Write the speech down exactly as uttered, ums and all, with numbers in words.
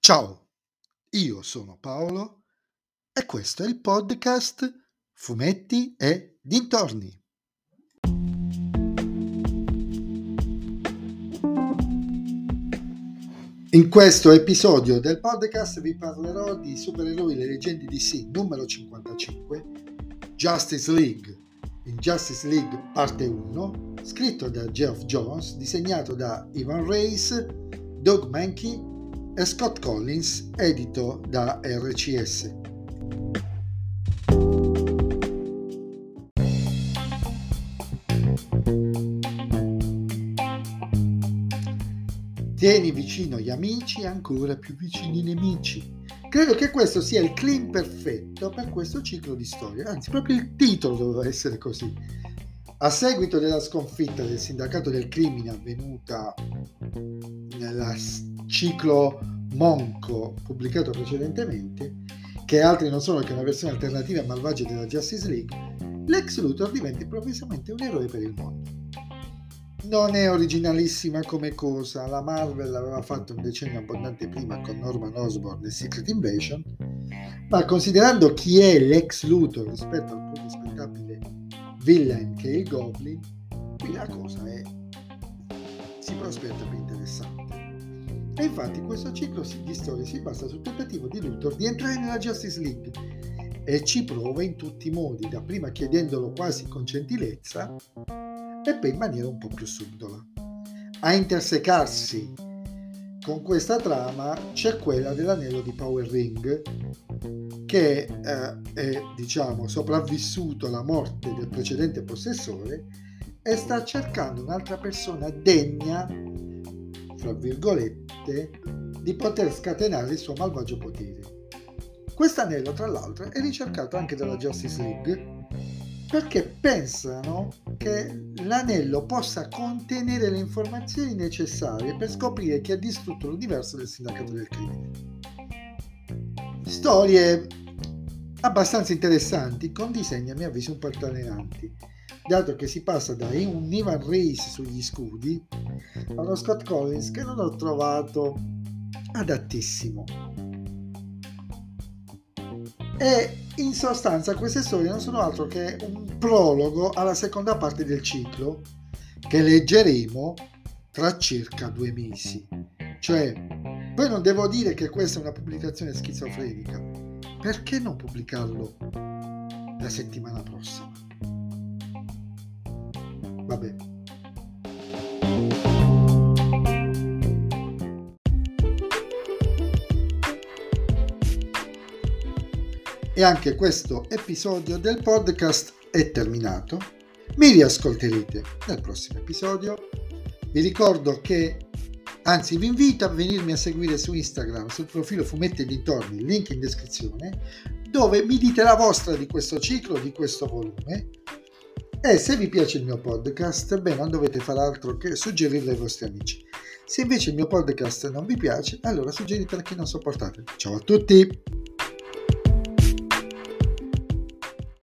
Ciao, io sono Paolo e questo è il podcast Fumetti e Dintorni. In questo episodio del podcast vi parlerò di Supereroi le leggende di D C numero cinquantacinque, Justice League, in Justice League parte uno, scritto da Geoff Johns, disegnato da Ivan Reis, Doug Mahnke e Scott Collins, edito da R C S. Tieni vicino gli amici e ancora più vicini i nemici. Credo che questo sia il claim perfetto per questo ciclo di storie, anzi proprio il titolo doveva essere così. A seguito della sconfitta del sindacato del crimine avvenuta nel ciclo Monco pubblicato precedentemente, che altri non sono che una versione alternativa e malvagia della Justice League, Lex Luthor diventa improvvisamente un eroe per il mondo. Non è originalissima come cosa, la Marvel l'aveva fatto un decennio abbondante prima con Norman Osborn e Secret Invasion, ma considerando chi è Lex Luthor rispetto al più rispettabile villain che è il Goblin, qui la cosa è si prospetta più interessante. E infatti questo ciclo di storie si basa sul tentativo di Luthor di entrare nella Justice League e ci prova in tutti i modi, dapprima chiedendolo quasi con gentilezza e poi in maniera un po' più subdola. A intersecarsi con questa trama c'è quella dell'anello di Power Ring, che eh, è diciamo sopravvissuto alla morte del precedente possessore e sta cercando un'altra persona degna, fra virgolette, di poter scatenare il suo malvagio potere. Quest'anello, tra l'altro, è ricercato anche dalla Justice League perché pensano che l'anello possa contenere le informazioni necessarie per scoprire chi ha distrutto l'universo del sindacato del crimine. Storie abbastanza interessanti, con disegni a mio avviso un po' altalenanti, dato che si passa da un Ivan Reis sugli scudi a uno Scott Collins che non ho trovato adattissimo. E in sostanza queste storie non sono altro che un prologo alla seconda parte del ciclo che leggeremo tra circa due mesi. Cioè, poi non devo dire che questa è una pubblicazione schizofrenica. Perché non pubblicarlo la settimana prossima? Vabbè. E anche questo episodio del podcast è terminato. Mi riascolterete nel prossimo episodio. Vi ricordo che, anzi vi invito a venirmi a seguire su Instagram, sul profilo Fumetti e Dintorni, link in descrizione, dove mi dite la vostra di questo ciclo, di questo volume. E se vi piace il mio podcast, beh, non dovete fare altro che suggerirlo ai vostri amici. Se invece il mio podcast non vi piace, allora suggeritelo a chi non sopportate. Ciao a tutti!